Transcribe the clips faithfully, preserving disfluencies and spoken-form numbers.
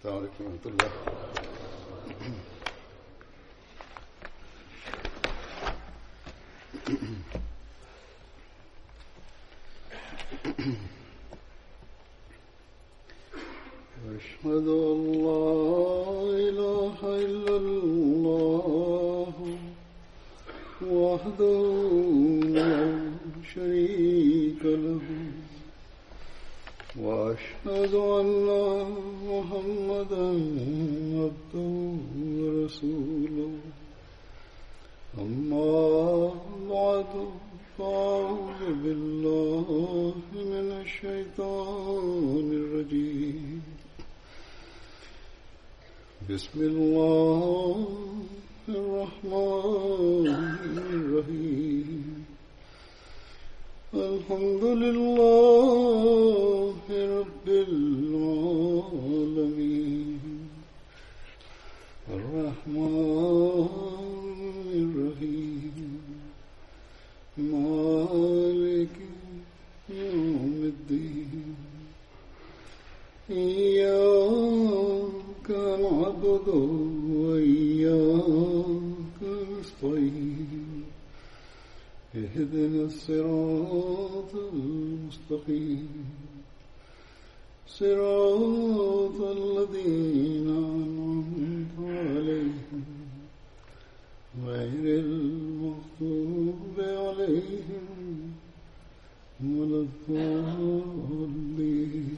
السلام عليكم ورحمة الله. أشهد أن لا إله إلا الله وحده لا شريك له وأشهد أن محمدا عبده ورسوله أما بعد فأعوذ بالله من الشيطان الرجيم بسم الله الرحمن الرحيم الحمد لله رب العالمين الرحمن الرحيم مالك يوم الدين إياك نعبد وإياك نستعين اهدنا الصراط المستقيم صراط الذين أنعمت عليهم غير المغضوب عليهم ولا الضالين.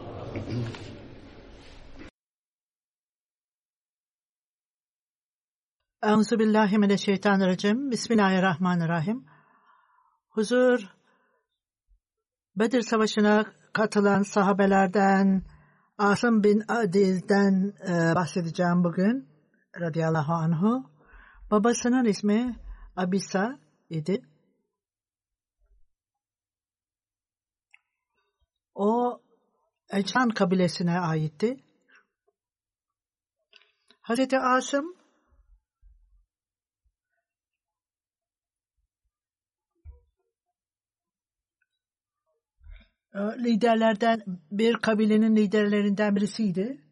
Euzubillahimineşşeytanirracim. Bismillahirrahmanirrahim. Huzur, Bedir Savaşı'na katılan sahabelerden Asım bin Adil'den e, bahsedeceğim bugün. Radıyallahu anhu. Babasının ismi Abisa idi. O Ecran kabilesine aitti. Hazreti Asım liderlerden, bir kabilenin liderlerinden birisiydi.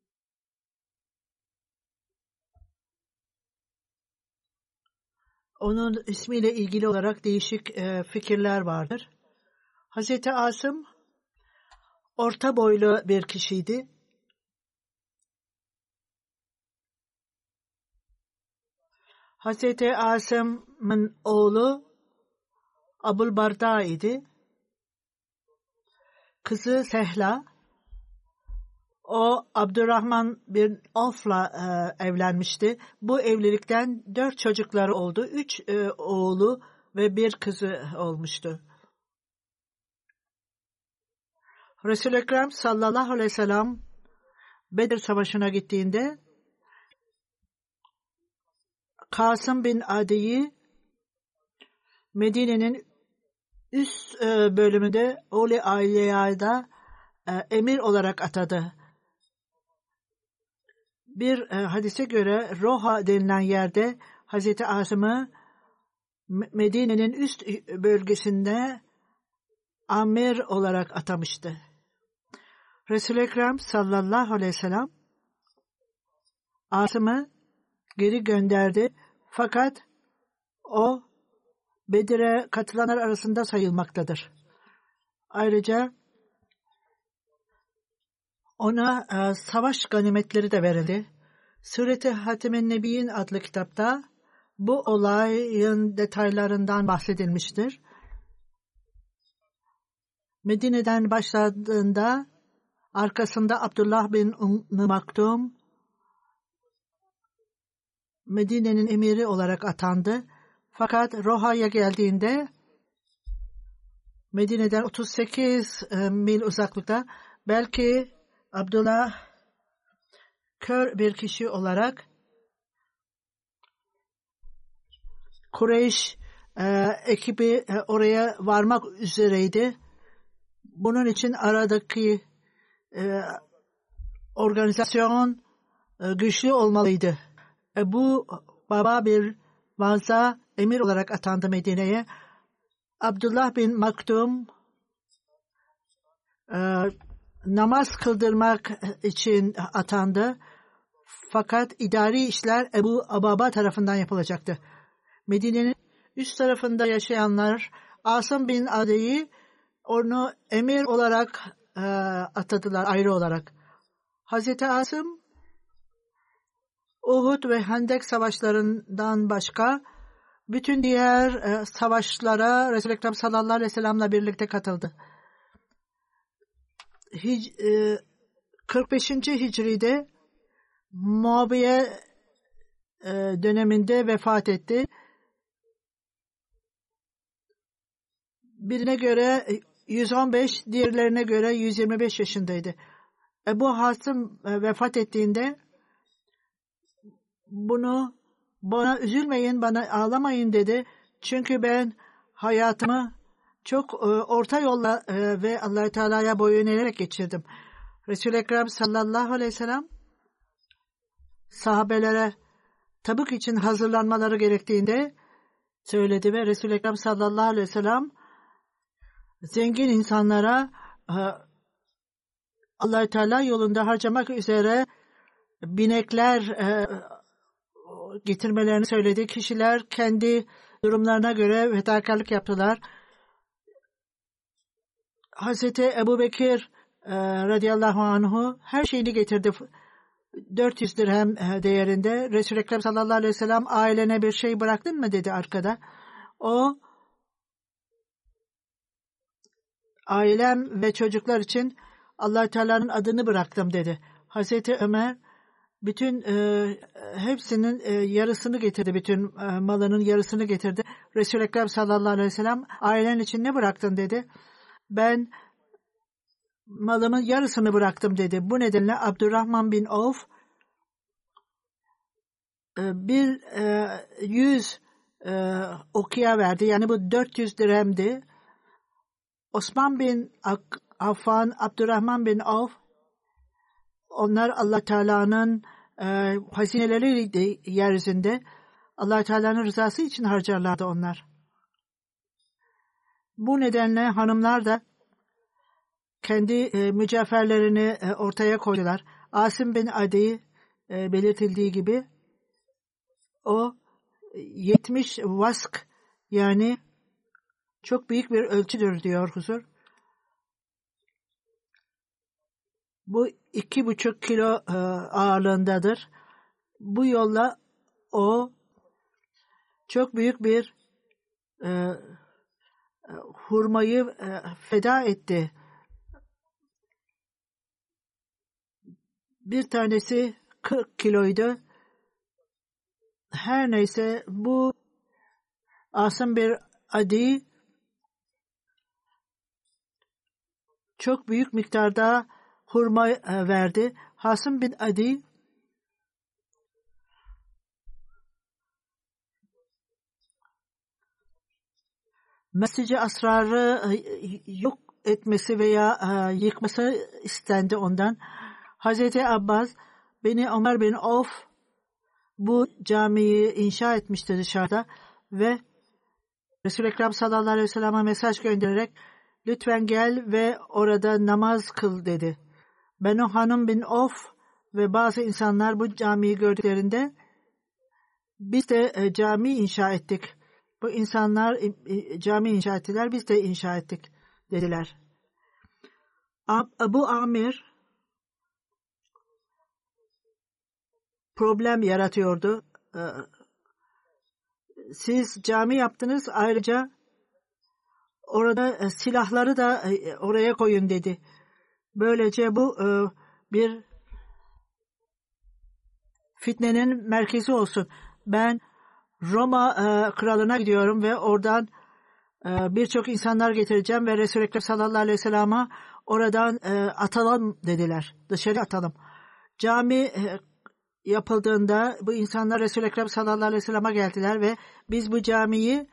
Onun ismiyle ilgili olarak değişik e, fikirler vardır. Hazreti Asım orta boylu bir kişiydi. Hazreti Asım'ın oğlu Abul Barda idi. Kızı Sehla, o Abdurrahman bin Avf'la e, evlenmişti. Bu evlilikten dört çocukları oldu. Üç e, oğlu ve bir kızı olmuştu. Resul-i Ekrem sallallahu aleyhi ve sellem Bedir Savaşı'na gittiğinde Kasım bin Adi'yi Medine'nin üst e, bölümünde Oli Aileya'da e, emir olarak atadı. Bir e, hadise göre Roha denilen yerde Hazreti Asım'ı Medine'nin üst bölgesinde amir olarak atamıştı. Resul-i Ekrem sallallahu aleyhi ve sellem Asım'ı geri gönderdi. Fakat o Bedir'e katılanlar arasında sayılmaktadır. Ayrıca ona e, savaş ganimetleri de verildi. Sure-i Hatim-i Nebiyin adlı kitapta bu olayın detaylarından bahsedilmiştir. Medine'den başladığında arkasında Abdullah bin Umm Maktum Medine'nin emiri olarak atandı. Fakat Roha'ya geldiğinde Medine'den otuz sekiz mil uzaklıkta belki Abdullah kör bir kişi olarak Kureyş e, ekibi e, oraya varmak üzereydi. Bunun için aradaki e, organizasyon e, güçlü olmalıydı. E, bu baba bir Vanza emir olarak atandı Medine'ye. Abdullah bin Maktum e, namaz kıldırmak için atandı. Fakat idari işler Ebu Ababa tarafından yapılacaktı. Medine'nin üst tarafında yaşayanlar Asım bin Adi'yi onu emir olarak e, atadılar ayrı olarak. Hazreti Asım Uhud ve Hendek savaşlarından başka bütün diğer e, savaşlara Resul-i Ekrem sallallahu aleyhi ve sellem'le birlikte katıldı. Hic, e, kırk beşinci Hicri'de Muaviye e, döneminde vefat etti. Birine göre yüz on beş, diğerlerine göre yüz yirmi beş yaşındaydı. Ebu Hasım e, vefat ettiğinde bunu bana üzülmeyin, bana ağlamayın dedi. Çünkü ben hayatımı çok e, orta yolla e, ve Allah-u Teala'ya boyun eğerek geçirdim. Resul-i Ekrem sallallahu aleyhi ve sellem sahabelere Tabuk için hazırlanmaları gerektiğinde söyledi ve Resul-i Ekrem sallallahu aleyhi ve sellem zengin insanlara e, Allah-u Teala yolunda harcamak üzere binekler e, getirmelerini söyledi. Kişiler kendi durumlarına göre fedakarlık yaptılar. Hazreti Ebu Bekir e, radıyallahu anhu her şeyini getirdi. dört yüz dirhem değerinde. Resul-i Ekrem sallallahu aleyhi ve sellem ailene bir şey bıraktın mı dedi arkada. O ailem ve çocuklar için Allah-u Teala'nın adını bıraktım dedi. Hazreti Ömer bütün e, hepsinin e, yarısını getirdi. Bütün e, malının yarısını getirdi. Resul-i Ekrem sallallahu aleyhi ve sellem ailen için ne bıraktın dedi. Ben malımın yarısını bıraktım dedi. Bu nedenle Abdurrahman bin Avf e, bir e, yüz e, okuya verdi. Yani bu dört yüz dirhemdi. Osman bin Affan, Abdurrahman bin Avf onlar Allah Teala'nın e, hazineleri yeryüzünde Allah Teala'nın rızası için harcarlardı onlar. Bu nedenle hanımlar da kendi e, mücevherlerini e, ortaya koydular. Asim bin Adi e, belirtildiği gibi o yetmiş vask yani çok büyük bir ölçüdür diyor huzur. Bu iki buçuk kilo e, ağırlığındadır. Bu yolla o çok büyük bir e, e, hurmayı e, feda etti. Bir tanesi kırk kiloydu. Her neyse bu Asım bir Adi çok büyük miktarda hurma verdi. Asım bin Adi Mescid-i Asrar'ı yok etmesi veya yıkması istendi ondan. Hazreti Abbas beni Ömer bin Avf bu camiyi inşa etmişti dışarıda ve Resul-i Ekrem sallallahu aleyhi ve sellem'e mesaj göndererek lütfen gel ve orada namaz kıl dedi. Benu Hanım bin Avf ve bazı insanlar bu camiyi gördüklerinde biz de e, cami inşa ettik. Bu insanlar e, cami inşa ettiler, biz de inşa ettik dediler. Abu Amir problem yaratıyordu. Siz cami yaptınız, ayrıca orada silahları da oraya koyun dedi. Böylece bu bir fitnenin merkezi olsun. Ben Roma kralına gidiyorum ve oradan birçok insanlar getireceğim ve Resul-i Ekrem sallallahu aleyhi ve sellem'e oradan atalım dediler. Dışarı atalım. Cami yapıldığında bu insanlar Resul-i Ekrem sallallahu aleyhi ve sellem'e geldiler ve biz bu camiyi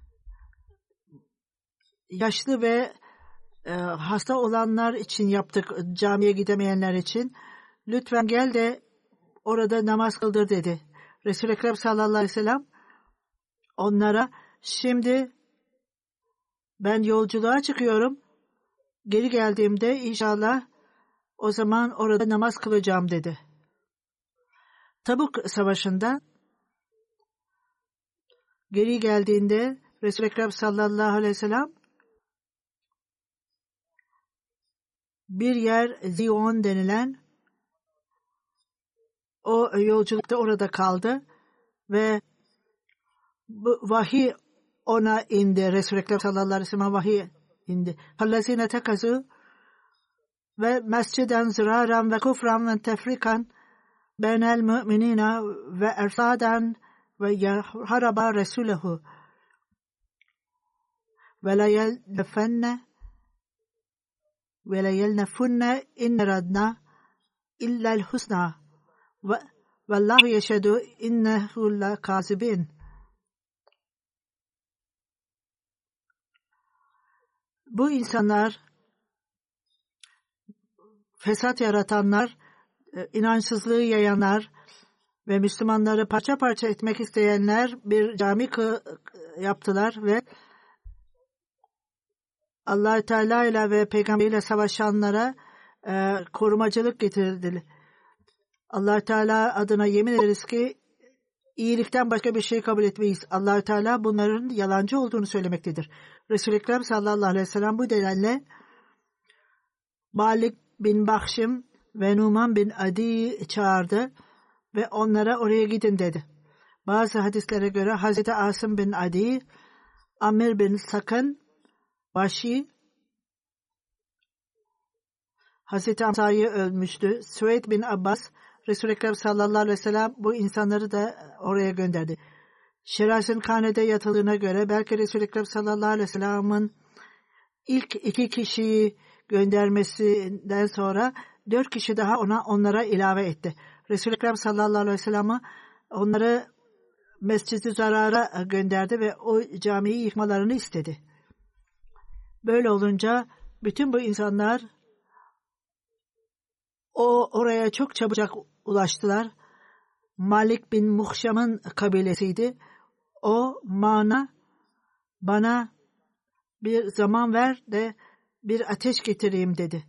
yaşlı ve e, hasta olanlar için yaptık, camiye gidemeyenler için. Lütfen gel de orada namaz kıldır dedi. Resul-i Ekrem sallallahu aleyhi ve sellem onlara şimdi ben yolculuğa çıkıyorum. Geri geldiğimde inşallah O zaman orada namaz kılacağım dedi. Tabuk Savaşı'nda geri geldiğinde Resul-i Ekrem sallallahu aleyhi ve sellem bir yer Zion denilen o yolculukta orada kaldı ve bu vahiy ona indi. Resul-i Ekrem sallallahu aleyhi ve sellem vahiy indi. Hallazine tekazu ve mesciden ziraran ve kufran ve tefrikan beynel müminina ve ersadan ve haraba Resulühü ve la yelnefenne ve la yelnefunne inne radna illel husna ve vallahu yeşhedü innehu la kazibin. Bu insanlar, fesat yaratanlar, inançsızlığı yayanlar ve Müslümanları parça parça etmek isteyenler bir cami yaptılar ve Allah Teala ile ve Peygamberiyle savaşanlara e, korumacılık getirdiler. Allah Teala adına yemin ederiz ki iyilikten başka bir şey kabul etmeyiz. Allah Teala bunların yalancı olduğunu söylemektedir. Resul-i Ekrem sallallahu aleyhi ve sellem bu nedenle Malik bin Bahşim ve Numan bin Adi'yi çağırdı ve onlara oraya gidin dedi. Bazı hadislere göre Hazreti Asım bin Adi, Amir bin Sakın, Vahşi, Hazreti Hamza'yı ölmüştü. Süveyd bin Abbas, Resul-i Ekrem sallallahu aleyhi ve sellem bu insanları da oraya gönderdi. Şeras'ın Kane'de yatıldığına göre belki Resul-i Ekrem sallallahu aleyhi ve sellem'in ilk iki kişiyi göndermesinden sonra dört kişi daha ona onlara ilave etti. Resul-i Ekrem sallallahu aleyhi ve sellem'i onları Mescid-i Zarar'a gönderdi ve o camiyi yıkmalarını istedi. Böyle olunca bütün bu insanlar o oraya çok çabucak ulaştılar. Malik bin Muhşam'ın kabilesiydi. O mana bana bir zaman ver de bir ateş getireyim dedi.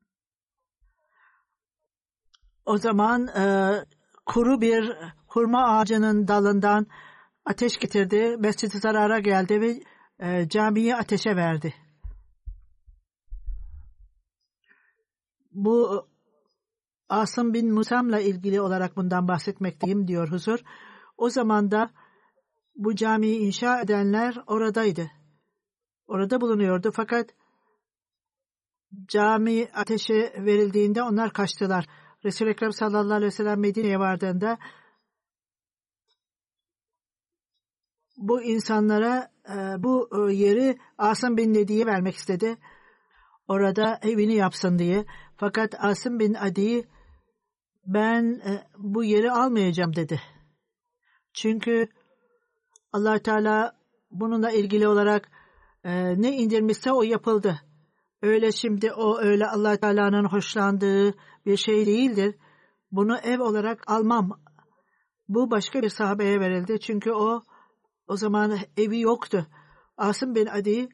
O zaman e, kuru bir hurma ağacının dalından ateş getirdi. Mescid-i Zarar'a geldi ve e, camiyi ateşe verdi. Bu Asım bin Musam'la ilgili olarak bundan bahsetmekteyim diyor huzur. O zaman da bu camiyi inşa edenler oradaydı. Orada bulunuyordu fakat cami ateşe verildiğinde onlar kaçtılar. Resul-i Ekrem sallallahu aleyhi ve sellem Medine'ye vardığında bu insanlara bu yeri Asım bin Nedi'ye vermek istedi. Orada evini yapsın diye. Fakat Asım bin Adi ben bu yeri almayacağım dedi. Çünkü Allah Teala bununla ilgili olarak ne indirmişse o yapıldı. Öyle şimdi o öyle Allah Teala'nın hoşlandığı bir şey değildir. Bunu ev olarak almam. Bu başka bir sahabeye verildi. Çünkü o o zaman evi yoktu. Asım bin Adi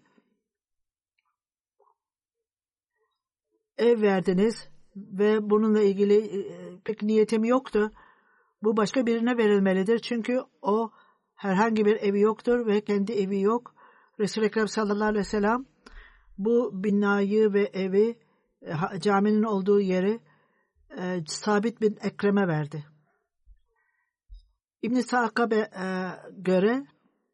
ev verdiniz ve bununla ilgili pek niyetim yoktu. Bu başka birine verilmelidir. Çünkü o herhangi bir evi yoktur ve kendi evi yok. Resul-i Ekrem sallallahu aleyhi ve sellem bu binayı ve evi caminin olduğu yeri e, Sabit bin Ekrem'e verdi. İbn-i Sa'd'a e, göre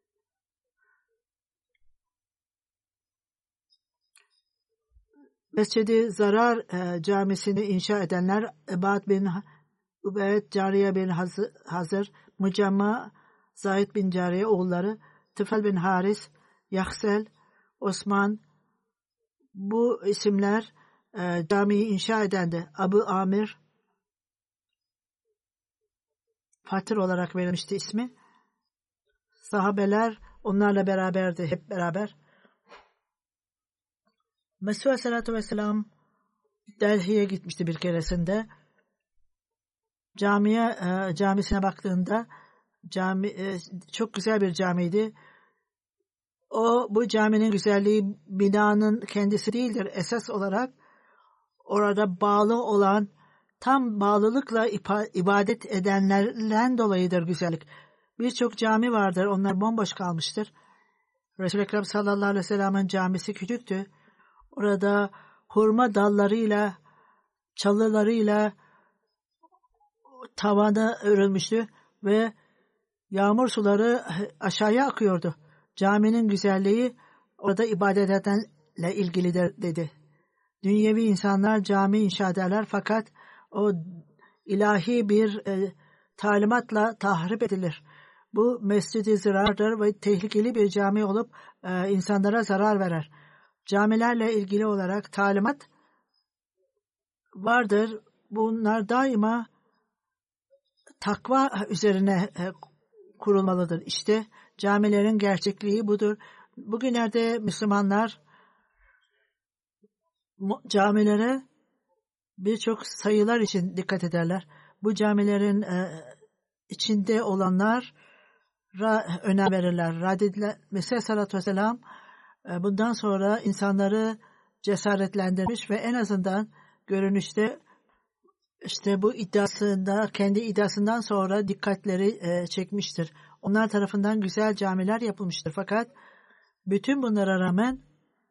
Mescid-i Zarar e, camisini inşa edenler Ebad bin Übeyd, Cariye bin Hazır, Mucamma, Zahid bin Cariye oğulları, Tıfel bin Haris, Yaksel, Osman, bu isimler e, camiyi inşa edendi. Abu Amir, Fatır olarak verilmişti ismi. Sahabeler onlarla beraberdi, hep beraber. Mesih Aleyhisselatü Vesselam Delhi'ye gitmişti bir keresinde. Camiye, e, camisine baktığında cami e, çok güzel bir camiydi. O bu caminin güzelliği binanın kendisi değildir. Esas olarak orada bağlı olan, tam bağlılıkla ibadet edenlerden dolayıdır güzellik. Birçok cami vardır, onlar bomboş kalmıştır. Resul-i Ekrem sallallahu aleyhi ve sellem'in camisi küçüktü. Orada hurma dallarıyla, çalılarıyla tavana örülmüştü ve yağmur suları aşağıya akıyordu. Caminin güzelliği orada ibadet edenle ilgilidir dedi. Dünyevi insanlar cami inşa ederler fakat o ilahi bir e, talimatla tahrip edilir. Bu mescid-i zirardır ve tehlikeli bir cami olup e, insanlara zarar verer. Camilerle ilgili olarak talimat vardır. Bunlar daima takva üzerine e, kurulmalıdır. İşte camilerin gerçekliği budur. Bugünlerde Müslümanlar camilere birçok sayılar için dikkat ederler. Bu camilerin e, içinde olanlara önem verirler. Radidle, Mesih sallallahu aleyhi ve sellem e, bundan sonra insanları cesaretlendirmiş ve en azından görünüşte işte bu iddiasında, kendi iddiasından sonra dikkatleri e, çekmiştir. Onlar tarafından güzel camiler yapılmıştır. Fakat bütün bunlara rağmen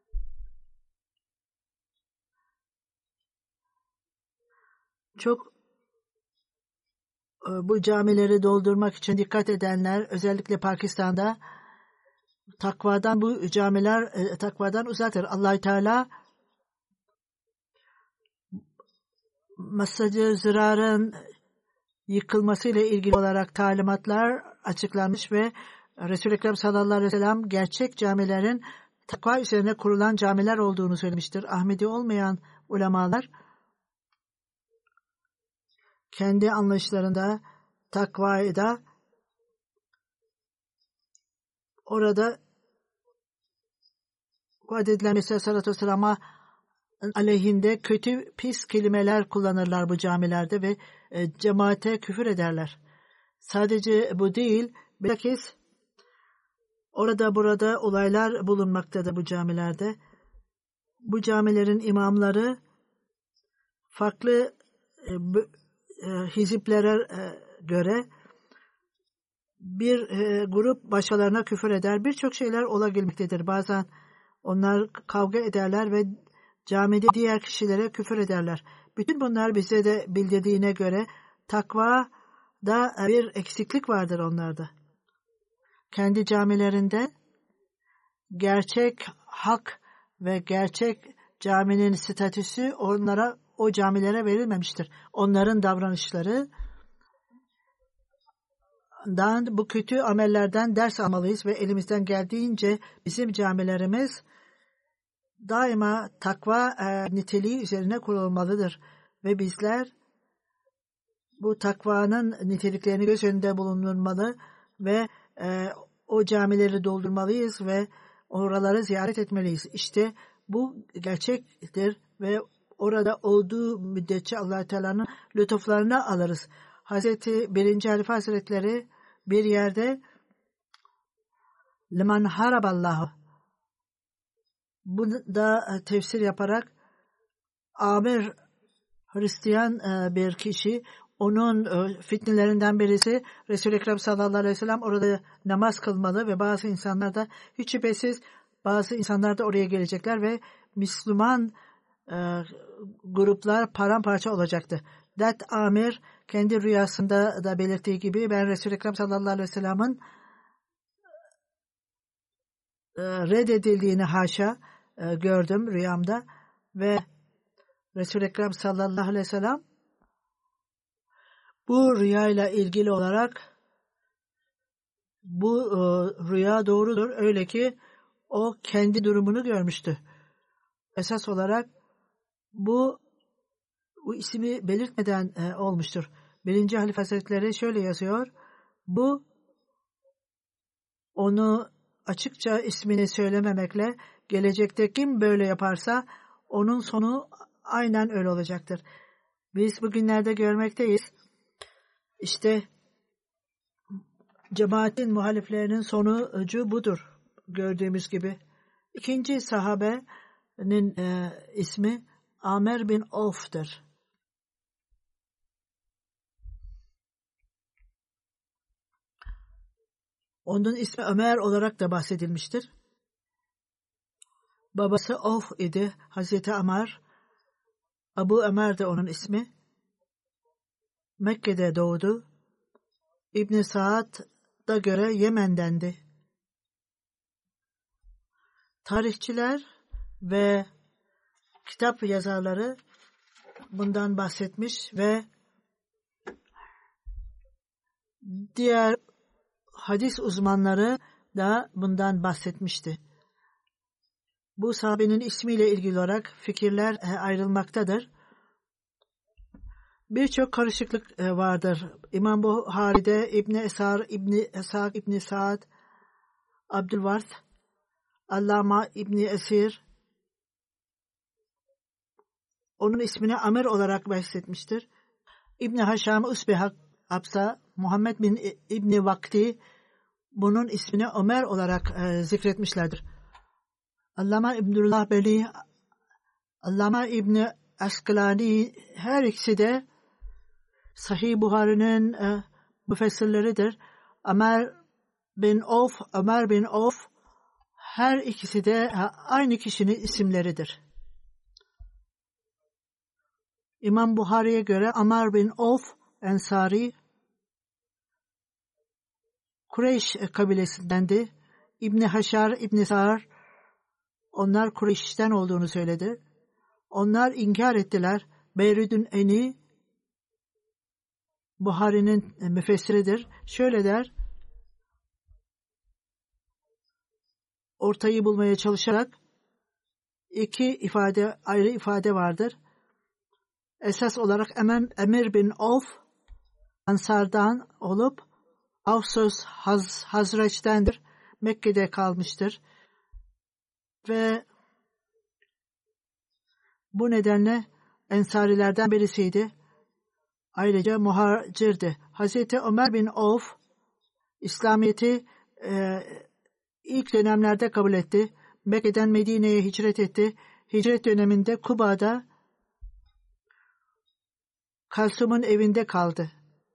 çok e, bu camileri doldurmak için dikkat edenler, özellikle Pakistan'da takvadan bu camiler e, takvadan uzaktır. Allah-u Teala Mescid-i Zirar'ın yıkılmasıyla ilgili olarak talimatlar açıklanmış ve Resul-i Ekrem sallallahu aleyhi ve sellem gerçek camilerin takva üzerine kurulan camiler olduğunu söylemiştir. Ahmedi olmayan ulemalar kendi anlayışlarında takvayı da orada vaad edilen Mesih sallallahu aleyhi ve sellem'e aleyhinde kötü pis kelimeler kullanırlar bu camilerde ve e, cemaate küfür ederler. Sadece bu değil, bilakis orada burada olaylar bulunmaktadır bu camilerde. Bu camilerin imamları farklı e, e, hiziplere e, göre bir e, grup başkalarına küfür eder. Birçok şeyler olabilmektedir. Bazen onlar kavga ederler ve camide diğer kişilere küfür ederler. Bütün bunlar bize de bildirdiğine göre takva da bir eksiklik vardır onlarda. Kendi camilerinde gerçek hak ve gerçek caminin statüsü onlara, o camilere verilmemiştir. Onların davranışları dan bu kötü amellerden ders almalıyız ve elimizden geldiğince bizim camilerimiz daima takva e, niteliği üzerine kurulmalıdır ve bizler bu takvanın niteliklerini göz önünde bulundurmalı ve e, o camileri doldurmalıyız ve oraları ziyaret etmeliyiz. İşte bu gerçektir ve orada olduğu müddetçe Allah-u Teala'nın lütuflarını alırız. Hazreti birinci Halife Hazretleri bir yerde liman haraballahu bunu da tefsir yaparak Amir Hristiyan bir kişi, onun fitnelerinden birisi Resul-i Ekrem sallallahu aleyhi ve sellem orada namaz kılmalı ve bazı insanlar da hiç şüphesiz bazı insanlar da oraya gelecekler ve Müslüman e, gruplar paramparça olacaktı. Dat Amir kendi rüyasında da belirttiği gibi ben Resul-i Ekrem sallallahu aleyhi ve sellem'in e, reddedildiğini haşa e, gördüm rüyamda ve Resul-i Ekrem sallallahu aleyhi ve sellem bu rüyayla ilgili olarak bu e, rüya doğrudur. Öyle ki o kendi durumunu görmüştü. Esas olarak bu bu ismi belirtmeden e, olmuştur. Birinci Halife Hazretleri şöyle yazıyor. Bu onu açıkça ismini söylememekle gelecekte kim böyle yaparsa onun sonu aynen öyle olacaktır. Biz bugünlerde görmekteyiz. İşte cemaatin muhaliflerinin sonucu budur. Gördüğümüz gibi. İkinci sahabenin e, ismi Amer bin Avf'tır. Onun ismi Ömer olarak da bahsedilmiştir. Babası Avf idi. Hazreti Ömer, Abu Ömer de onun ismi. Mekke'de doğdu. İbn Sa'd'a göre Yemen'dendi. Tarihçiler ve kitap yazarları bundan bahsetmiş ve diğer hadis uzmanları da bundan bahsetmişti. Bu sahabenin ismiyle ilgili olarak fikirler ayrılmaktadır. Birçok karışıklık vardır. İmam Buhari'de İbn-i Esar, İbn-i Esak, İbn-i Sa'd, Abdülvarth, Allama İbn-i Esir onun ismini Amer olarak bahsetmiştir. İbn-i Haşam, Usbehak, Absa, Muhammed bin İbn-i Vakti bunun ismini Ömer olarak e, zikretmişlerdir. Allama İbnullah Beli, Allama İbn-i Askalani her ikisi de Sahih Buhari'nin e, müfessirleridir. Ömer bin Avf, Ömer bin Avf her ikisi de e, aynı kişinin isimleridir. İmam Buhari'ye göre Ömer bin Avf Ensari Kureyş kabilesindendi. İbn Haşar, İbn Sa'ar onlar Kureyş'ten olduğunu söyledi. Onlar inkar ettiler. Beyrüdün Eni Buhari'nin müfessiridir. Şöyle der. Ortayı bulmaya çalışarak iki ifade, ayrı ifade vardır. Esas olarak Emem, Emir bin Avf Ansar'dan olup Avsos Haz, Hazreç'tendir. Mekke'de kalmıştır. Ve bu nedenle Ensarilerden birisiydi. Ayrıca muhacirdi. Hazreti Ömer bin Avf İslamiyet'i e, ilk dönemlerde kabul etti. Mekke'den Medine'ye hicret etti. Hicret döneminde Kuba'da Kalsum'un evinde kaldı.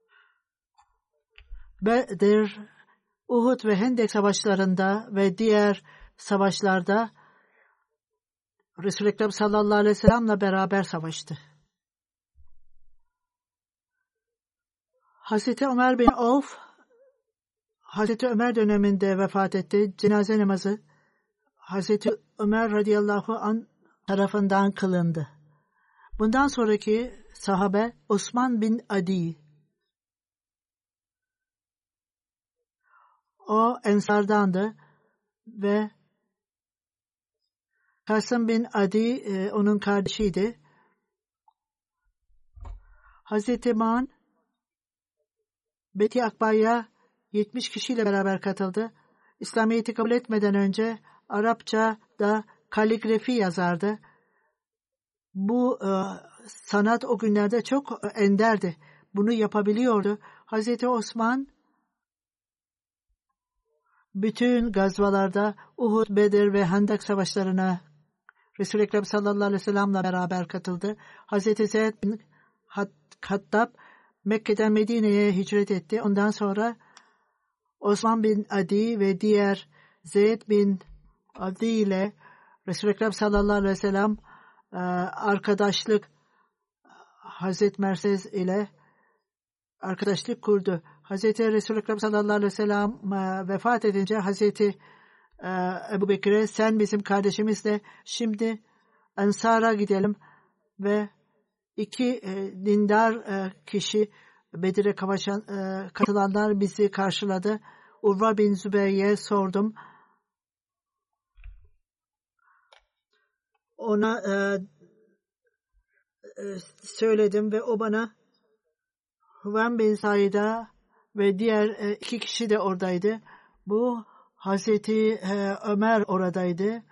Bedir, Uhud ve Hendek savaşlarında ve diğer savaşlarda Resul-i Ekrem sallallahu aleyhi ve sellem'le beraber savaştı. Hazreti Ömer bin Avf Hazreti Ömer döneminde vefat etti. Cenaze namazı Hazreti Ömer radıyallahu anh tarafından kılındı. Bundan sonraki sahabe Osman bin Adi. O Ensar'dandı ve Kasım bin Adi e, onun kardeşiydi. Hazreti Man Beti Akba'ya yetmiş kişiyle beraber katıldı. İslamiyet'i kabul etmeden önce Arapça da kaligrafi yazardı. Bu e, sanat o günlerde çok enderdi. Bunu yapabiliyordu. Hazreti Osman bütün gazvalarda Uhud, Bedir ve Hendek savaşlarına Resul-i Ekrem sallallahu aleyhi ve sellem'le beraber katıldı. Hazreti Zeyd bin Hattab Mekke'den Medine'ye hicret etti. Ondan sonra Osman bin Adi ve diğer Zeyd bin Adi ile Resul-i Ekrem sallallahu aleyhi ve sellem arkadaşlık Hazreti Merses ile arkadaşlık kurdu. Hazreti Resul-i Ekrem sallallahu aleyhi ve sellem vefat edince Hazreti Ebu Bekir'e sen bizim kardeşimizle şimdi Ensar'a gidelim ve iki e, dindar e, kişi Bedir'e kavaşan, e, katılanlar bizi karşıladı. Urva bin Zübeyir'e sordum. Ona e, e, söyledim ve o bana Hüven bin Said'a ve diğer e, iki kişi de oradaydı. Bu Hazreti e, Ömer oradaydı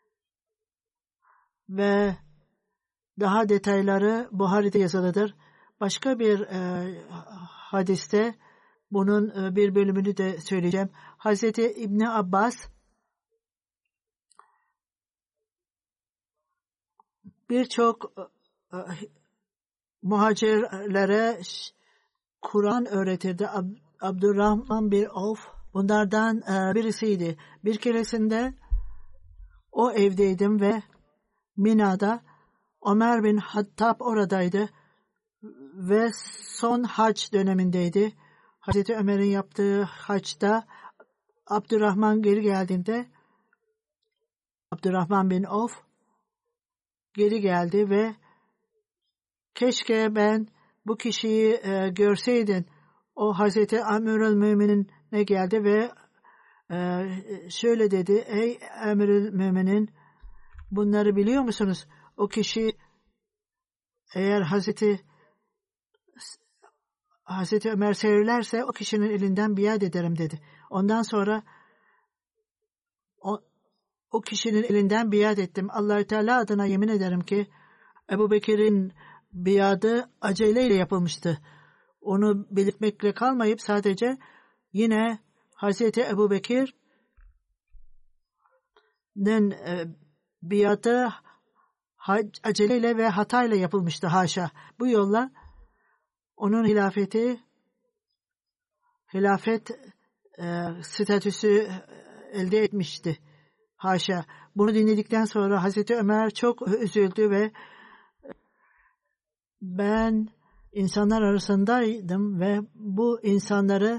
ve daha detayları Buhari'de yazılıdır. Başka bir e, hadiste bunun e, bir bölümünü de söyleyeceğim. Hazreti İbni Abbas birçok e, muhacirlere Kur'an öğretirdi. Ab- Abdurrahman bin Avf bunlardan e, birisiydi. Bir keresinde o evdeydim ve Mina'da Ömer bin Hattab oradaydı ve son hac dönemindeydi. Hazreti Ömer'in yaptığı haçta Abdurrahman geri geldiğinde Abdurrahman bin Avf geri geldi ve keşke ben bu kişiyi e, görseydin. O Hazreti Amirül Müminine geldi ve e, şöyle dedi: ey Amirül Müminin, bunları biliyor musunuz? O kişi eğer Hazreti Hazreti Ömer seyrederse o kişinin elinden biat ederim dedi. Ondan sonra o, o kişinin elinden biat ettim. Allah-u Teala adına yemin ederim ki Ebu Bekir'in biadı aceleyle yapılmıştı. Onu belirtmekle kalmayıp sadece yine Hazreti Ebu Bekir'in e, biatı aceleyle ve hatayla yapılmıştı, haşa. Bu yolla onun hilafeti hilafet e, statüsü elde etmişti. Haşa. Bunu dinledikten sonra Hazreti Ömer çok üzüldü ve ben insanlar arasındaydım ve bu insanları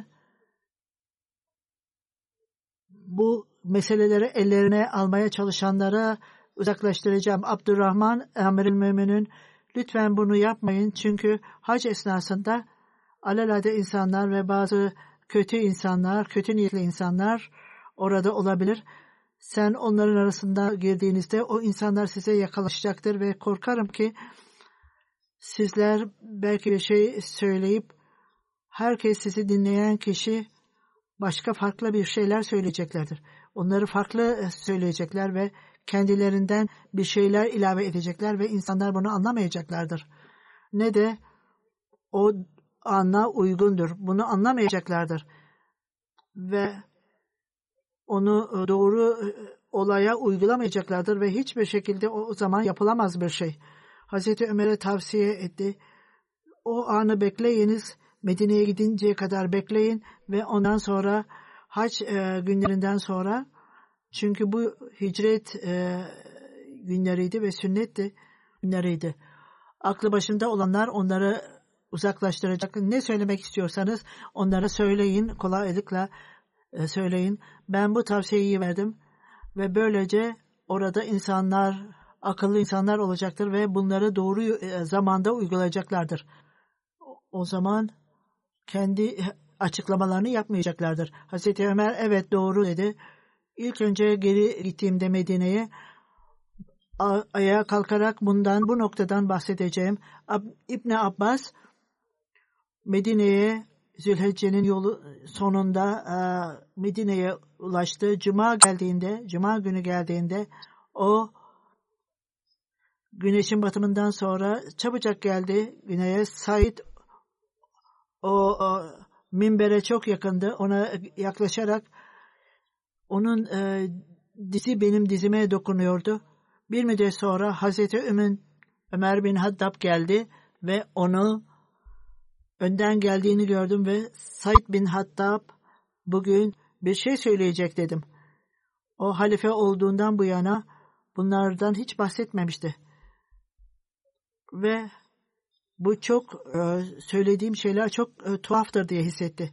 bu meseleleri ellerine almaya çalışanlara uzaklaştıracağım. Abdurrahman Amirül Mümin'in lütfen bunu yapmayın. Çünkü hac esnasında alelade insanlar ve bazı kötü insanlar, kötü niyetli insanlar orada olabilir. Sen onların arasında girdiğinizde o insanlar size yakalaşacaktır ve korkarım ki sizler belki bir şey söyleyip herkes sizi dinleyen kişi başka farklı bir şeyler söyleyeceklerdir. Onları farklı söyleyecekler ve kendilerinden bir şeyler ilave edecekler ve insanlar bunu anlamayacaklardır. Ne de o ana uygundur. Bunu anlamayacaklardır. Ve onu doğru olaya uygulamayacaklardır ve hiçbir şekilde o zaman yapılamaz bir şey. Hazreti Ömer'e tavsiye etti. O anı bekleyiniz. Medine'ye gidinceye kadar bekleyin ve ondan sonra hac e, günlerinden sonra, çünkü bu hicret e, günleriydi ve sünnet günleriydi. Aklı başında olanlar onları uzaklaştıracak. Ne söylemek istiyorsanız onlara söyleyin, kolaylıkla e, söyleyin. Ben bu tavsiyeyi verdim ve böylece orada insanlar, akıllı insanlar olacaktır ve bunları doğru e, zamanda uygulayacaklardır. O, o zaman kendi açıklamalarını yapmayacaklardır. Hazreti Ömer evet doğru dedi. İlk önce geri gittiğimde Medine'ye ayağa kalkarak bundan, bu noktadan bahsedeceğim. İbn Abbas Medine'ye Zülhicce'nin yolu sonunda Medine'ye ulaştı. Cuma geldiğinde, Cuma günü geldiğinde o güneşin batımından sonra çabucak geldi güneye. Said o, o minbere çok yakındı. Ona yaklaşarak onun e, dizi benim dizime dokunuyordu. Bir müddet sonra Hazreti Ömer, Ömer bin Hattab geldi ve onu önden geldiğini gördüm ve Said bin Hattab bugün bir şey söyleyecek dedim. O halife olduğundan bu yana bunlardan hiç bahsetmemişti. Ve bu çok e, söylediğim şeyler çok e, tuhaftır diye hissetti.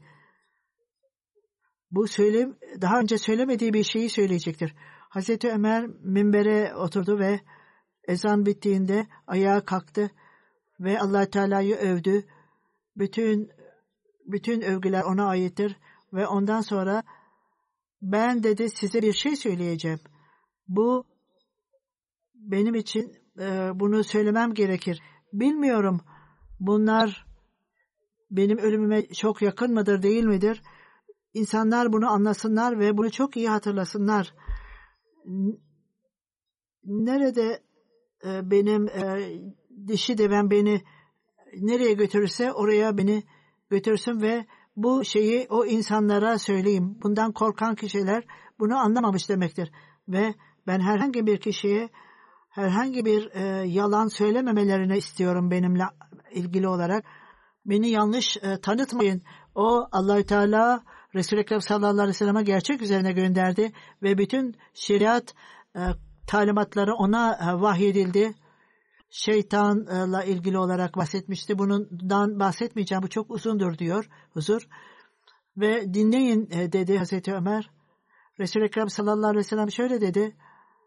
Bu söyle, daha önce söylemediği bir şeyi söyleyecektir. Hazreti Ömer minbere oturdu ve ezan bittiğinde ayağa kalktı ve Allah Teala'yı övdü. Bütün bütün övgüler ona aittir ve ondan sonra ben dedi size bir şey söyleyeceğim. Bu benim için e, bunu söylemem gerekir. Bilmiyorum bunlar benim ölümüme çok yakın mıdır değil midir? İnsanlar bunu anlasınlar ve bunu çok iyi hatırlasınlar. Nerede e, benim e, dişi devem beni nereye götürürse oraya beni götürsün ve bu şeyi o insanlara söyleyeyim. Bundan korkan kişiler bunu anlamamış demektir. Ve ben herhangi bir kişiye herhangi bir e, yalan söylememelerini istiyorum benimle ilgili olarak. Beni yanlış e, tanıtmayın. O Allah-u Teala Resul-i Ekrem sallallahu aleyhi ve sellem'e gerçek üzerine gönderdi ve bütün şeriat e, talimatları ona e, vahyedildi. Şeytanla ilgili olarak bahsetmişti. Bundan bahsetmeyeceğim. Bu çok uzundur diyor huzur. Ve dinleyin e, dedi Hazreti Ömer. Resul-i Ekrem sallallahu aleyhi ve sellem şöyle dedi.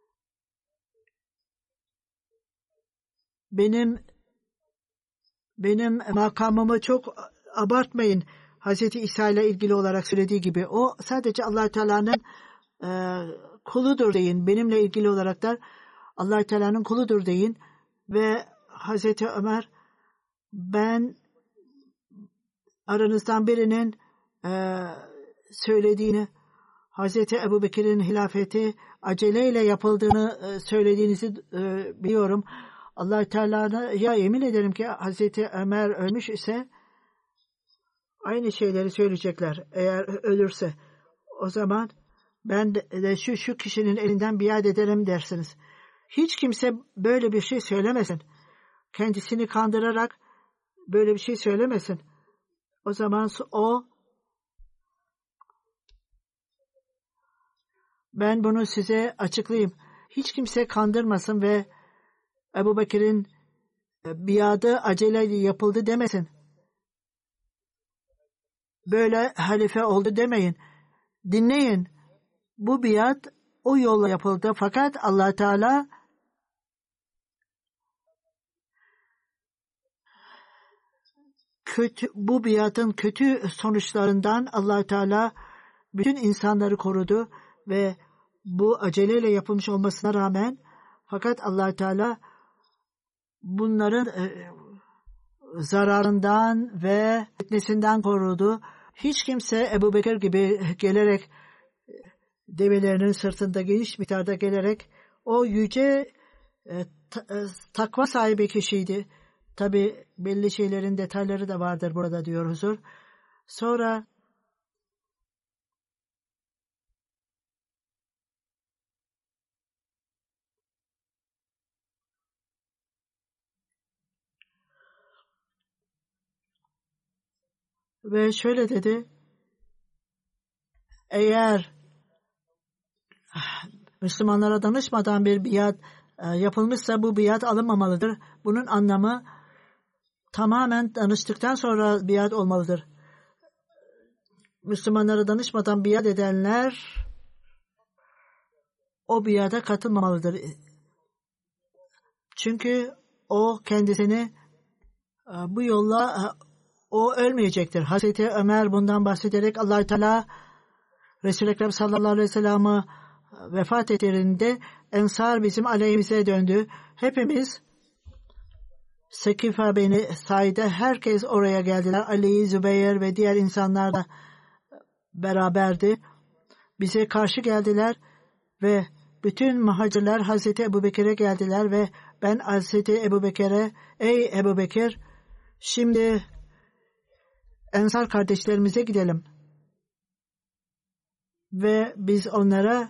Benim benim makamımı çok abartmayın. Hazreti İsa ile ilgili olarak söylediği gibi. O sadece Allah-u Teala'nın e, kuludur deyin. Benimle ilgili olarak da Allah-u Teala'nın kuludur deyin. Ve Hazreti Ömer, ben aranızdan birinin e, söylediğini, Hazreti Ebu Bekir'in hilafeti aceleyle yapıldığını e, söylediğinizi e, biliyorum. Allah-u Teala'ya yemin ederim ki Hazreti Ömer ölmüş ise aynı şeyleri söyleyecekler. Eğer ölürse o zaman ben de şu şu kişinin elinden biat ederim dersiniz. Hiç kimse böyle bir şey söylemesin. Kendisini kandırarak böyle bir şey söylemesin. O zaman o, ben bunu size açıklayayım. Hiç kimse kandırmasın ve Ebu Bekir'in biadı aceleyle yapıldı demesin. Böyle halife oldu demeyin. Dinleyin. Bu biat o yolla yapıldı. Fakat Allah Teala kötü, bu biatın kötü sonuçlarından Allah Teala bütün insanları korudu ve bu aceleyle yapılmış olmasına rağmen fakat Allah Teala bunların e, zararından ve fitnesinden korudu. Hiç kimse Ebu Bekir gibi gelerek develerinin sırtında geniş miktarda gelerek o yüce e, ta, e, takva sahibi kişiydi. Tabi belli şeylerin detayları da vardır burada diyor huzur. Sonra ve şöyle dedi. Eğer Müslümanlara danışmadan bir biat e, yapılmışsa bu biat alınmamalıdır. Bunun anlamı tamamen danıştıktan sonra biat olmalıdır. Müslümanlara danışmadan biat edenler o biata katılmamalıdır. Çünkü o kendisini e, bu yolla e, o ölmeyecektir. Hazreti Ömer bundan bahsederek Allah-u Teala Resul-i Ekrem sallallahu aleyhi ve sellem'i vefat ettirdiğinde Ensar bizim aleyhimize döndü. Hepimiz Sekife Beni Said'e herkes oraya geldiler. Ali, Zübeyir ve diğer insanlar da beraberdi. Bize karşı geldiler ve bütün muhacirler Hazreti Ebu Bekir'e geldiler ve ben Hazreti Ebu Bekir'e, ey Ebu Bekir, şimdi Ensar kardeşlerimize gidelim. Ve biz onlara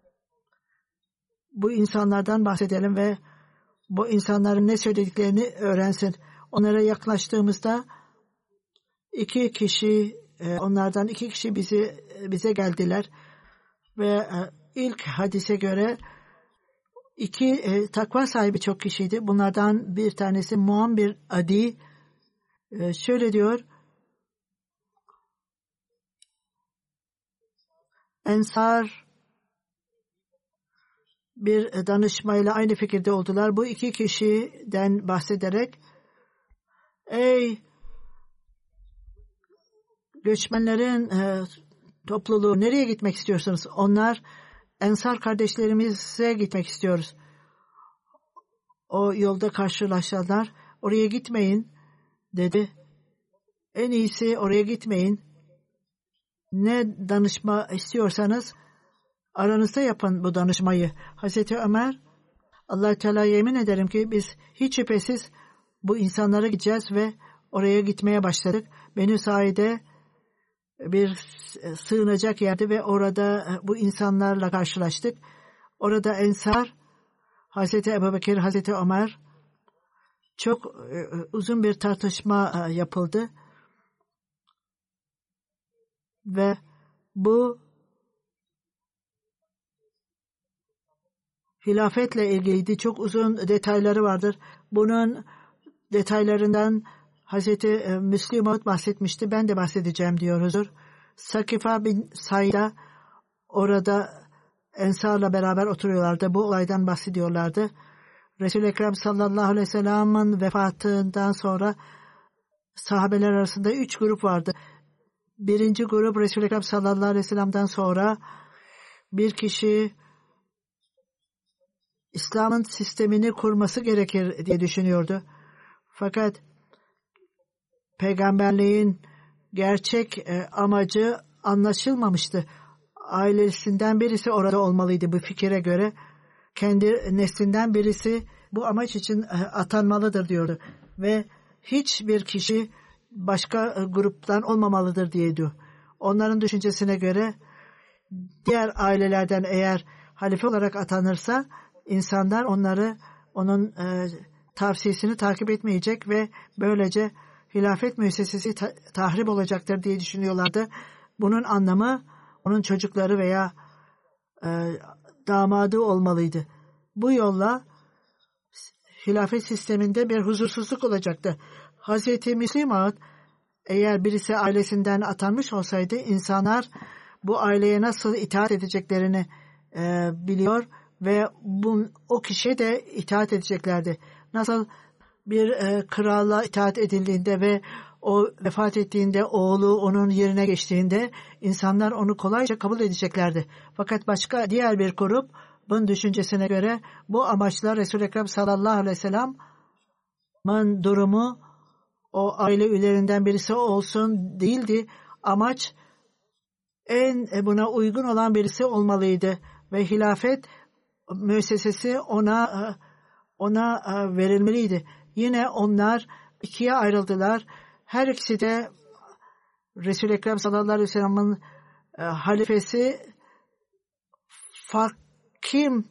bu insanlardan bahsedelim ve bu insanların ne söylediklerini öğrensin. Onlara yaklaştığımızda iki kişi, onlardan iki kişi bizi bize geldiler ve ilk hadise göre iki takva sahibi çok kişiydi. Bunlardan bir tanesi Muam bir Adi şöyle diyor. Ensar bir danışmayla aynı fikirde oldular. Bu iki kişiden bahsederek ey göçmenlerin e, topluluğu nereye gitmek istiyorsunuz? Onlar Ensar kardeşlerimize gitmek istiyoruz. O yolda karşılaştılar. Oraya gitmeyin dedi. En iyisi oraya gitmeyin. Ne danışma istiyorsanız aranızda yapın bu danışmayı. Hazreti Ömer, Allah-u Teala'ya yemin ederim ki biz hiç şüphesiz bu insanlara gideceğiz ve oraya gitmeye başladık. Beni Said'e bir sığınacak yerdi ve orada bu insanlarla karşılaştık. Orada Ensar Hazreti Ebubekir, Hazreti Ömer çok e, uzun bir tartışma e, yapıldı ve bu hilafetle ilgiliydi. Çok uzun detayları vardır. Bunun detaylarından Hazreti e, Müslim Maud bahsetmişti. Ben de bahsedeceğim diyor huzur. Sakifa bin Said'a orada Ensar'la beraber oturuyorlardı. Bu olaydan bahsediyorlardı. Resul-i Ekrem sallallahu aleyhi ve sellem'in vefatından sonra sahabeler arasında üç grup vardı. Birinci grup Resul-i Ekrem sallallahu aleyhi ve sellem'den sonra bir kişi İslam'ın sistemini kurması gerekir diye düşünüyordu. Fakat peygamberliğin gerçek e, amacı anlaşılmamıştı. Ailesinden birisi orada olmalıydı bu fikire göre. Kendi neslinden birisi bu amaç için e, atanmalıdır diyordu. Ve hiçbir kişi başka e, gruptan olmamalıdır diyordu. Onların düşüncesine göre diğer ailelerden eğer halife olarak atanırsa insanlar onları onun e, tavsiyesini takip etmeyecek ve böylece hilafet müessesesi ta- tahrip olacaktır diye düşünüyorlardı. Bunun anlamı onun çocukları veya e, damadı olmalıydı. Bu yolla hilafet sisteminde bir huzursuzluk olacaktı. Hazreti Müslim Maud eğer birisi ailesinden atanmış olsaydı insanlar bu aileye nasıl itaat edeceklerini e, biliyor ve bu, o kişiye de itaat edeceklerdi. Nasıl bir e, krala itaat edildiğinde ve o vefat ettiğinde oğlu onun yerine geçtiğinde insanlar onu kolayca kabul edeceklerdi. Fakat başka diğer bir grup bunun düşüncesine göre bu amaçla Resul-i Ekrem sallallahu aleyhi ve sellem'in durumu o aile üyelerinden birisi olsun değildi. Amaç en buna uygun olan birisi olmalıydı ve hilafet müessesesi ona ona verilmeliydi. Yine onlar ikiye ayrıldılar. Her ikisi de Resul-i Ekrem sallallahu aleyhi ve sellem'in e, halifesi fark kim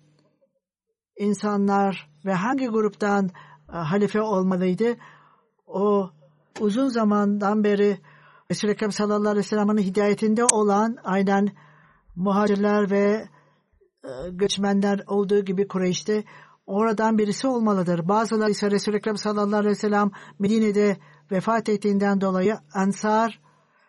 insanlar ve hangi gruptan e, halife olmalıydı? O uzun zamandan beri Resul-i Ekrem sallallahu aleyhi ve sellem'in hidayetinde olan aynen muhacirler ve e, göçmenler olduğu gibi Kureyş'te oradan birisi olmalıdır. Bazıları ise Resul-i Ekrem sallallahu aleyhi ve sellem Medine'de vefat ettiğinden dolayı Ensar,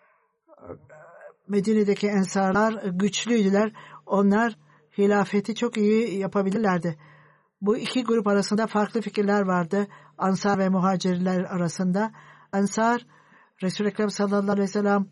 Medine'deki Ensarlar güçlüydüler. Onlar hilafeti çok iyi yapabilirlerdi. Bu iki grup arasında farklı fikirler vardı. Ansar ve muhacirler arasında. Ansar, Resul-i Ekrem sallallahu aleyhi ve sellem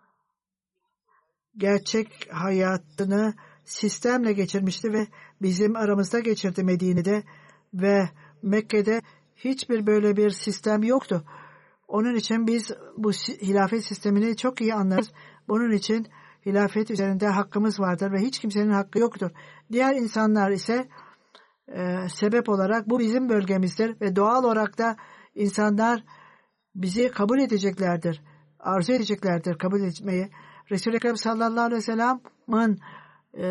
gerçek hayatını sistemle geçirmişti ve bizim aramızda geçirdi Medine'de ve Mekke'de hiçbir böyle bir sistem yoktu. Onun için biz bu hilafet sistemini çok iyi anlarız. Bunun için hilafet üzerinde hakkımız vardır ve hiç kimsenin hakkı yoktur. Diğer insanlar ise e, sebep olarak bu bizim bölgemizdir ve doğal olarak da insanlar bizi kabul edeceklerdir. Arzu edeceklerdir kabul etmeyi. Resul-i Ekrem sallallahu aleyhi ve sellem'in e,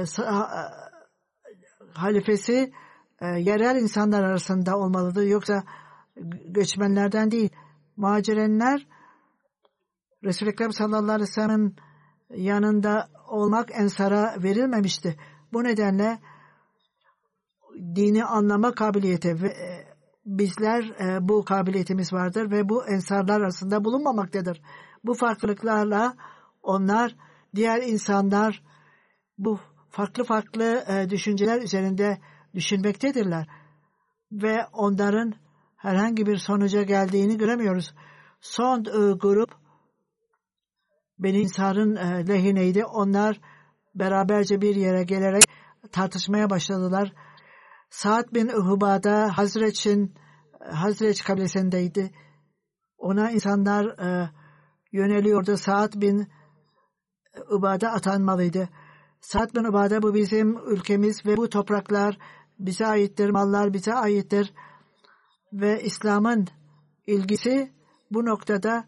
halifesi e, yerel insanlar arasında olmalıdır. Yoksa göçmenlerden değil. Muhacirenler Resul-i Ekrem sallallahu aleyhi ve sellem'in yanında olmak Ensar'a verilmemişti. Bu nedenle dini anlama kabiliyeti ve bizler e, bu kabiliyetimiz vardır ve bu Ensarlar arasında bulunmamaktadır. Bu farklılıklarla onlar diğer insanlar bu farklı farklı e, düşünceler üzerinde düşünmektedirler ve onların herhangi bir sonuca geldiğini göremiyoruz. Son e, grup Beni İnsar'ın e, lehineydi. Onlar beraberce bir yere gelerek tartışmaya başladılar. Sa'd bin Ubade Hazreç'in Hazreç kabilesindeydi. Ona insanlar e, yöneliyordu. Sa'd bin Ubade atanmalıydı. Sa'd bin Ubade bu bizim ülkemiz ve bu topraklar bize aittir. Mallar bize aittir. Ve İslam'ın ilgisi bu noktada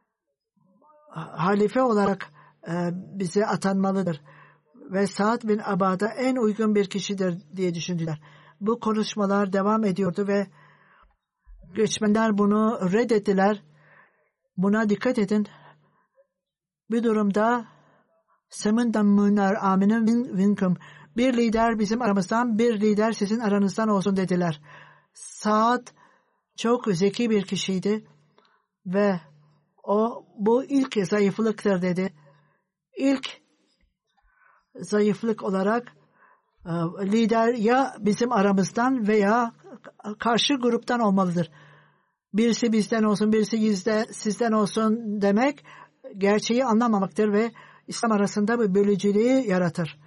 halife olarak e, bize atanmalıdır. Ve Sa'd bin Ubade en uygun bir kişidir diye düşündüler. Bu konuşmalar devam ediyordu ve göçmenler bunu reddettiler. Buna dikkat edin. Bir durumda Semin'den Müner Amin'in Winkum bir lider bizim aramızdan, bir lider sizin aranızdan olsun dediler. Saad çok zeki bir kişiydi ve o bu ilk zayıflıktır dedi. İlk zayıflık olarak lider ya bizim aramızdan veya karşı gruptan olmalıdır. Birisi bizden olsun, birisi yüzde sizden olsun demek gerçeği anlamamaktır ve İslam arasında bir bölücülüğü yaratır.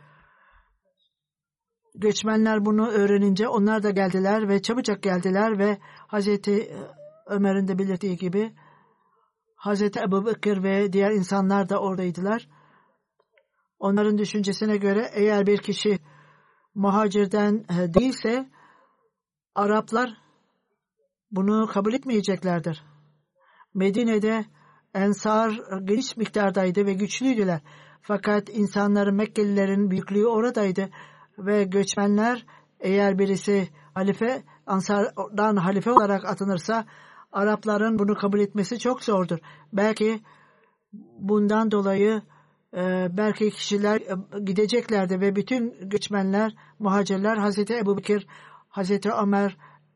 Göçmenler bunu öğrenince onlar da geldiler ve çabucak geldiler ve Hazreti Ömer'in de belirttiği gibi Hazreti Ebu Bekir ve diğer insanlar da oradaydılar. Onların düşüncesine göre eğer bir kişi muhacirden değilse Araplar bunu kabul etmeyeceklerdir. Medine'de Ensar geniş miktardaydı ve güçlüydüler. Fakat insanların, Mekkelilerin büyüklüğü oradaydı ve göçmenler eğer birisi halife, Ansar'dan halife olarak atanırsa Arapların bunu kabul etmesi çok zordur. Belki bundan dolayı e, belki kişiler e, gideceklerdi ve bütün göçmenler, muhacirler Hazreti Ebu Bekir, Hazreti Ömer,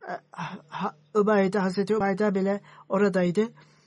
e, Übeyde, Hazreti Übeyde bile oradaydı.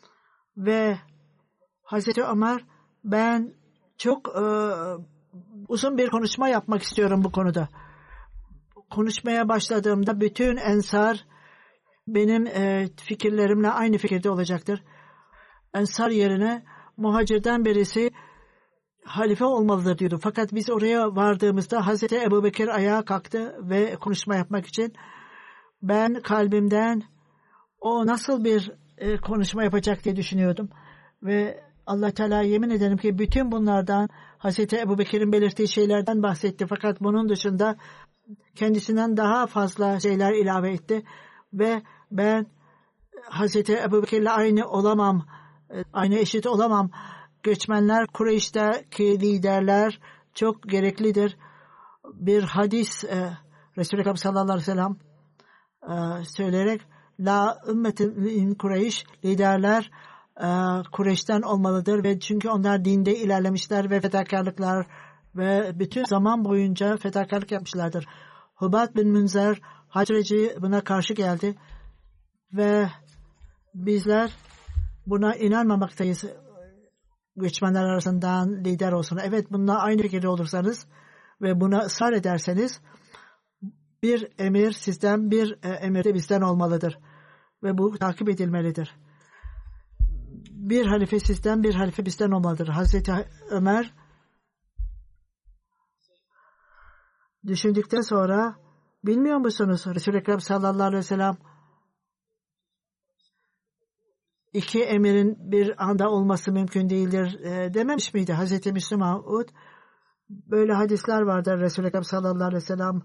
Ve Hazreti Ömer ben çok e, uzun bir konuşma yapmak istiyorum bu konuda. Konuşmaya başladığımda bütün Ensar benim e, fikirlerimle aynı fikirde olacaktır. Ensar yerine muhacirden birisi halife olmalıdır diyordu. Fakat biz oraya vardığımızda Hazreti Ebu Bekir ayağa kalktı ve konuşma yapmak için ben kalbimden o nasıl bir e, konuşma yapacak diye düşünüyordum. Ve Allah Teala yemin ederim ki bütün bunlardan Hazreti Ebu Bekir'in belirttiği şeylerden bahsetti. Fakat bunun dışında kendisinden daha fazla şeyler ilave etti. Ve ben Hazreti Ebu Bekir'le aynı olamam, aynı eşit olamam. Göçmenler, Kureyş'teki liderler çok gereklidir. Bir hadis e, Resulü Ekrem sallallahu aleyhi ve sellem e, söyleyerek La ümmetin Kureyş, liderler e, Kureyş'ten olmalıdır ve çünkü onlar dinde ilerlemişler ve fedakarlıklar ve bütün zaman boyunca fedakarlık yapmışlardır. Hubad bin Münzer Hacreci buna karşı geldi ve bizler buna inanmamaktayız. Göçmenler arasından lider olsun. Evet, bununla aynı fikirde olursanız ve buna ısrar ederseniz bir emir sizden, bir emir de bizden olmalıdır. Ve bu takip edilmelidir. Bir halife sizden, bir halife bizden olmalıdır. Hazreti Ömer düşündükten sonra bilmiyor musunuz? Resul-i Ekrem sallallahu aleyhi ve sellem iki emirin bir anda olması mümkün değildir e, dememiş miydi? Hazreti Müslüm Mahmud böyle hadisler vardır. Resul-i Ekrem sallallahu aleyhi ve sellem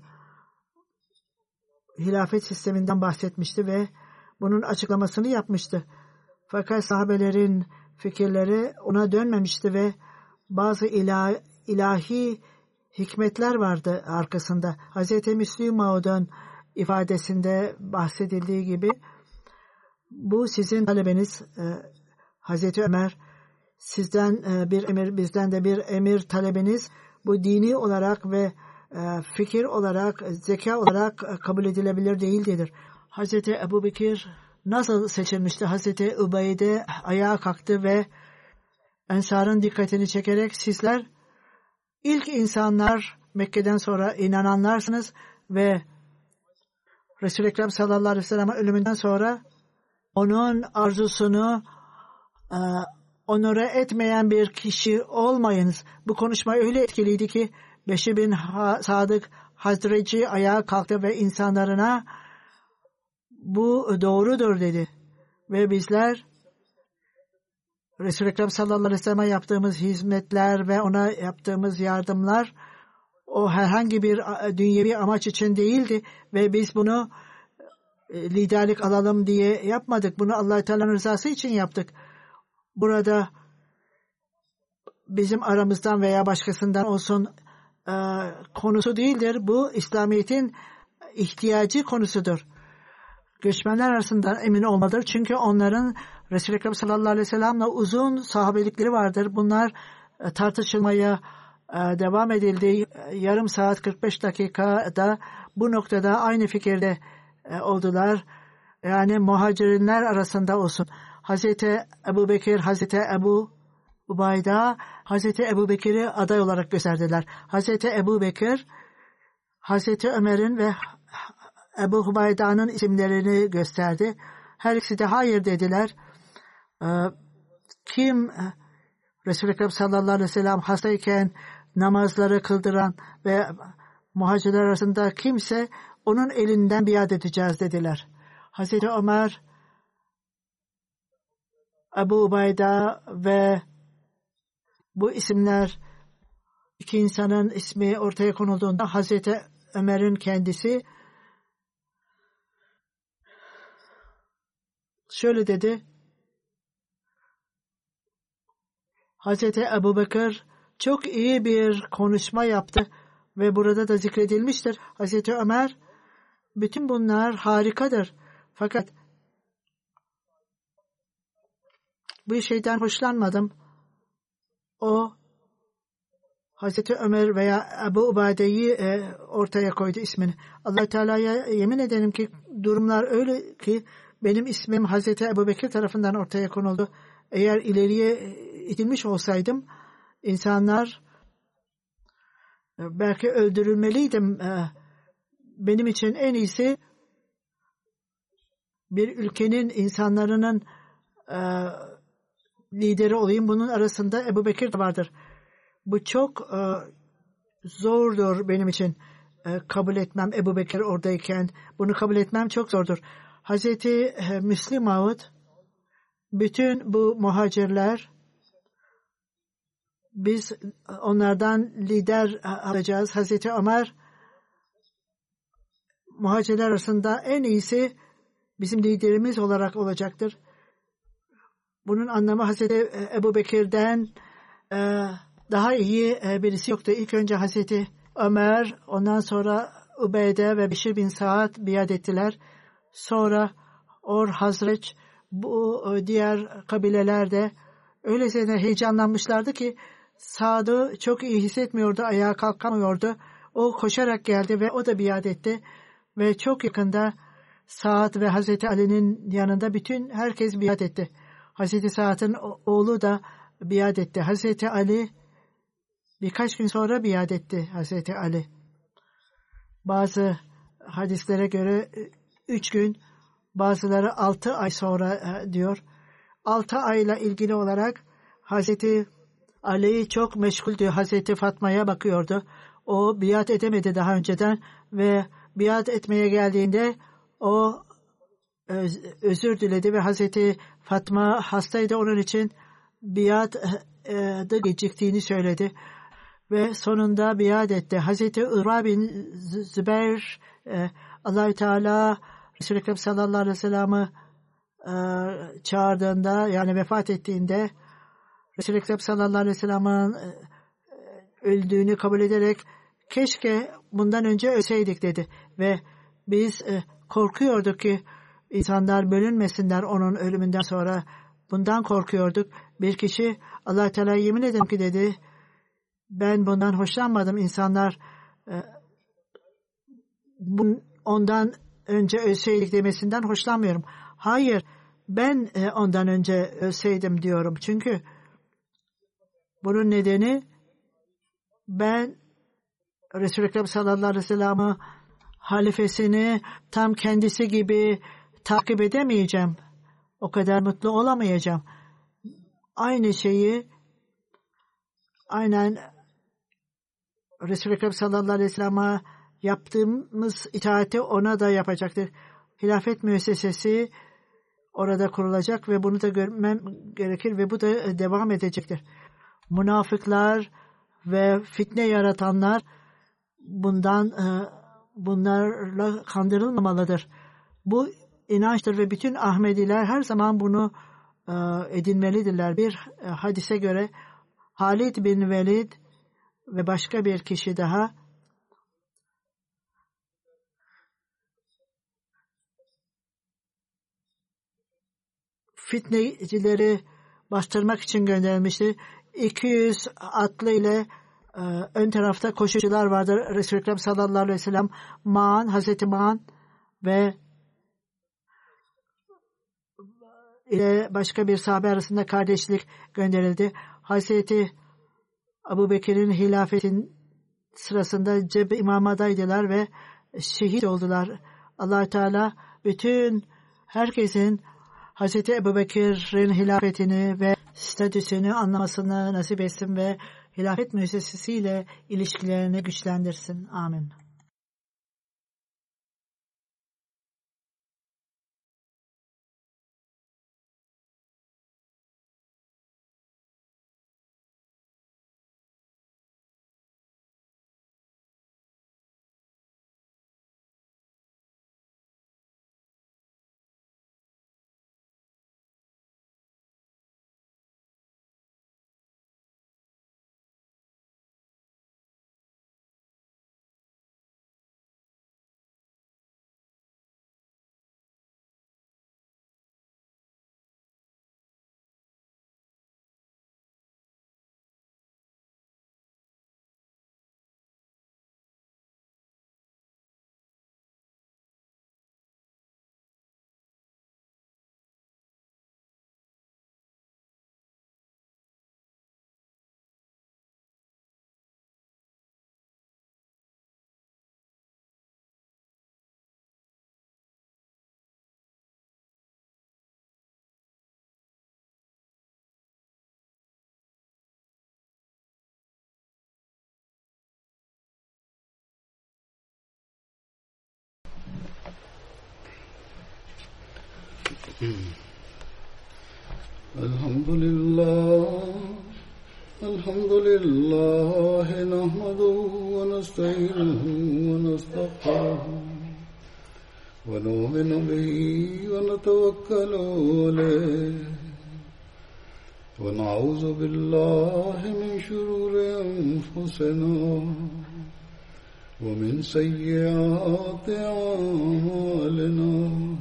hilafet sisteminden bahsetmişti ve bunun açıklamasını yapmıştı. Fakat sahabelerin fikirleri ona dönmemişti ve bazı ilah, ilahi hikmetler vardı arkasında. Hazreti Müslüm Mahmud'un ifadesinde bahsedildiği gibi bu sizin talebeniz e, Hazreti Ömer, sizden e, bir emir, bizden de bir emir talebeniz, bu dini olarak ve e, fikir olarak, zeka olarak e, kabul edilebilir değildir. Hazreti Ebu Bekir nasıl seçilmişti? Hazreti Übeyde ayağa kalktı ve Ensar'ın dikkatini çekerek sizler ilk insanlar, Mekke'den sonra inananlarsınız ve Resul-i Ekrem sallallahu aleyhi ve sellem'in ölümünden sonra onun arzusunu e, onore etmeyen bir kişi olmayınız. Bu konuşma öyle etkiliydi ki Beşir bin Sadık Hazreci ayağa kalktı ve insanlarına bu doğrudur dedi. Ve bizler Resul-i Ekrem sallallahu aleyhi ve sellem'e yaptığımız hizmetler ve ona yaptığımız yardımlar o herhangi bir dünyevi amaç için değildi ve biz bunu liderlik alalım diye yapmadık. Bunu Allah-u Teala'nın rızası için yaptık. Burada bizim aramızdan veya başkasından olsun e, konusu değildir. Bu İslamiyet'in ihtiyacı konusudur. Göçmenler arasında emin olmalıdır. Çünkü onların Resul-i Ekrem sallallahu aleyhi ve sellem'le uzun sahabelikleri vardır. Bunlar tartışılmaya devam edildi. Yarım saat kırk beş dakikada bu noktada aynı fikirde oldular. Yani muhacirinler arasında olsun. Hazreti Ebu Bekir, Hazreti Ebu Ubayda, Hazreti Ebu Bekir'i aday olarak gösterdiler. Hazreti Ebu Bekir, Hazreti Ömer'in ve Ebu Ubayda'nın isimlerini gösterdi. Her ikisi de hayır dediler. Kim Resul-i Ekrem sallallahu aleyhi ve sellem hastayken namazları kıldıran ve muhacirler arasında kimse onun elinden biat edeceğiz dediler. Hazreti Ömer, Ebu Ubayda ve bu isimler iki insanın ismi ortaya konulduğunda Hazreti Ömer'in kendisi şöyle dedi. Hazreti Ebu Bekir çok iyi bir konuşma yaptı ve burada da zikredilmiştir. Hazreti Ömer, bütün bunlar harikadır. Fakat bu şeyden hoşlanmadım. O Hazreti Ömer veya Ebu Ubayde'yi e, ortaya koydu ismini. Allah Teala'ya yemin ederim ki durumlar öyle ki benim ismim Hazreti Ebu Bekir tarafından ortaya konuldu. Eğer ileriye itilmiş olsaydım insanlar belki öldürülmeliydim. Benim için en iyisi bir ülkenin insanların lideri olayım. Bunun arasında Ebu Bekir de vardır. Bu çok zordur benim için kabul etmem. Ebu Bekir oradayken bunu kabul etmem çok zordur. Hazreti Müslim Maud, bütün bu muhacirler, biz onlardan lider alacağız. Hazreti Ömer, muhacirler arasında en iyisi bizim liderimiz olarak olacaktır. Bunun anlamı Hazreti Ebu Bekir'den daha iyi birisi yoktu. İlk önce Hazreti Ömer, ondan sonra Ubeyde ve Beşir bin Saad biat ettiler. Sonra Or, Hazreç, bu diğer kabileler de öylesine heyecanlanmışlardı ki Saad'ı çok iyi hissetmiyordu, ayağa kalkamıyordu. O koşarak geldi ve o da biat etti. Ve çok yakında Saad ve Hazreti Ali'nin yanında bütün herkes biat etti. Hazreti Saad'ın oğlu da biat etti. Hazreti Ali birkaç gün sonra biat etti. Hazreti Ali. Bazı hadislere göre üç gün, bazıları altı ay sonra diyor. Altı ayla ilgili olarak Hazreti Ali çok meşguldü. Hazreti Fatma'ya bakıyordu. O biat edemedi daha önceden ve biat etmeye geldiğinde o özür diledi ve Hazreti Fatma hastaydı, onun için biat da geciktiğini söyledi ve sonunda biat etti. Hazreti Urva bin Zübeyir Allah-u Teala Resul-i Ekrem sallallahu aleyhi ve sellem'i çağırdığında, yani vefat ettiğinde Resul-i Ekrem sallallahu aleyhi ve sellem'in öldüğünü kabul ederek keşke bundan önce ölseydik dedi ve biz korkuyorduk ki insanlar bölünmesinler onun ölümünden sonra. Bundan korkuyorduk. Bir kişi Allah Teala yemin ederim ki dedi, ben bundan hoşlanmadım. İnsanlar ondan önce ölseydik demesinden hoşlanmıyorum. Hayır, ben ondan önce ölseydim diyorum. Çünkü bunun nedeni ben Resul-i Ekrem sallallahu aleyhi ve sellem'i halifesini tam kendisi gibi takip edemeyeceğim. O kadar mutlu olamayacağım. Aynı şeyi aynen Resul-i Ekrem sallallahu aleyhi ve sellem'e yaptığımız itaati ona da yapacaktır. Hilafet müessesesi orada kurulacak ve bunu da görmem gerekir ve bu da devam edecektir. Münafıklar ve fitne yaratanlar bundan bunlarla kandırılmamalıdır. Bu inançtır ve bütün Ahmediler her zaman bunu edinmelidirler. Bir hadise göre Halid bin Velid ve başka bir kişi daha fitnecileri bastırmak için gönderilmişti. iki yüz atlı ile e, ön tarafta koşucular vardır. Resul-i Ekrem sallallahu aleyhi ve sellem Ma'an, Hazreti Ma'an ve ile başka bir sahabe arasında kardeşlik gönderildi. Hazreti Ebu Bekir'in hilafetin sırasında Cebe imamadaydılar ve şehit oldular. Allah Teala bütün herkesin Hazreti Ebu Bekir'in hilafetini ve statüsünü anlamasını nasip etsin ve hilafet müessesesiyle ilişkilerini güçlendirsin. Amin. الحمد لله الحمد لله نحمده ونستعينه ونستغفره ونؤمن به ونتوكل عليه ونعوذ بالله من شرور أنفسنا ومن سيئات أعمالنا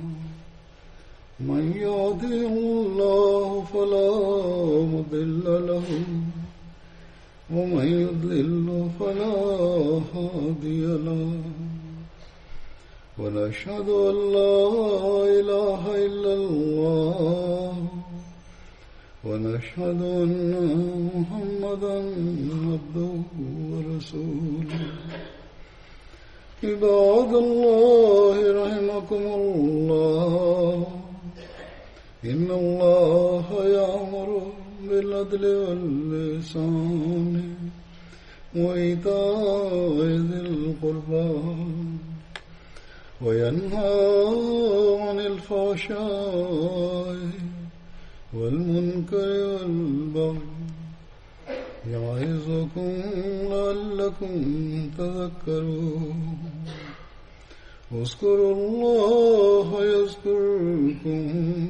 من يهده الله فلا مضل له ومن يضلل فلا هادي له ونشهد أن لا إله إلا الله ونشهد أن محمدا عبده ورسوله عباد الله رحمكم الله إن الله يأمر بالعدل والإحسان وإيتاء ذي القربى وينهى عن الفحشاء والمنكر والبغي يعظكم لعلكم تذكرون اذكروا الله يذكركم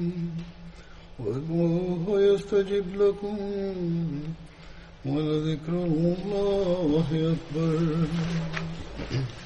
وادعوه يستجب لكم ولذكر الله أكبر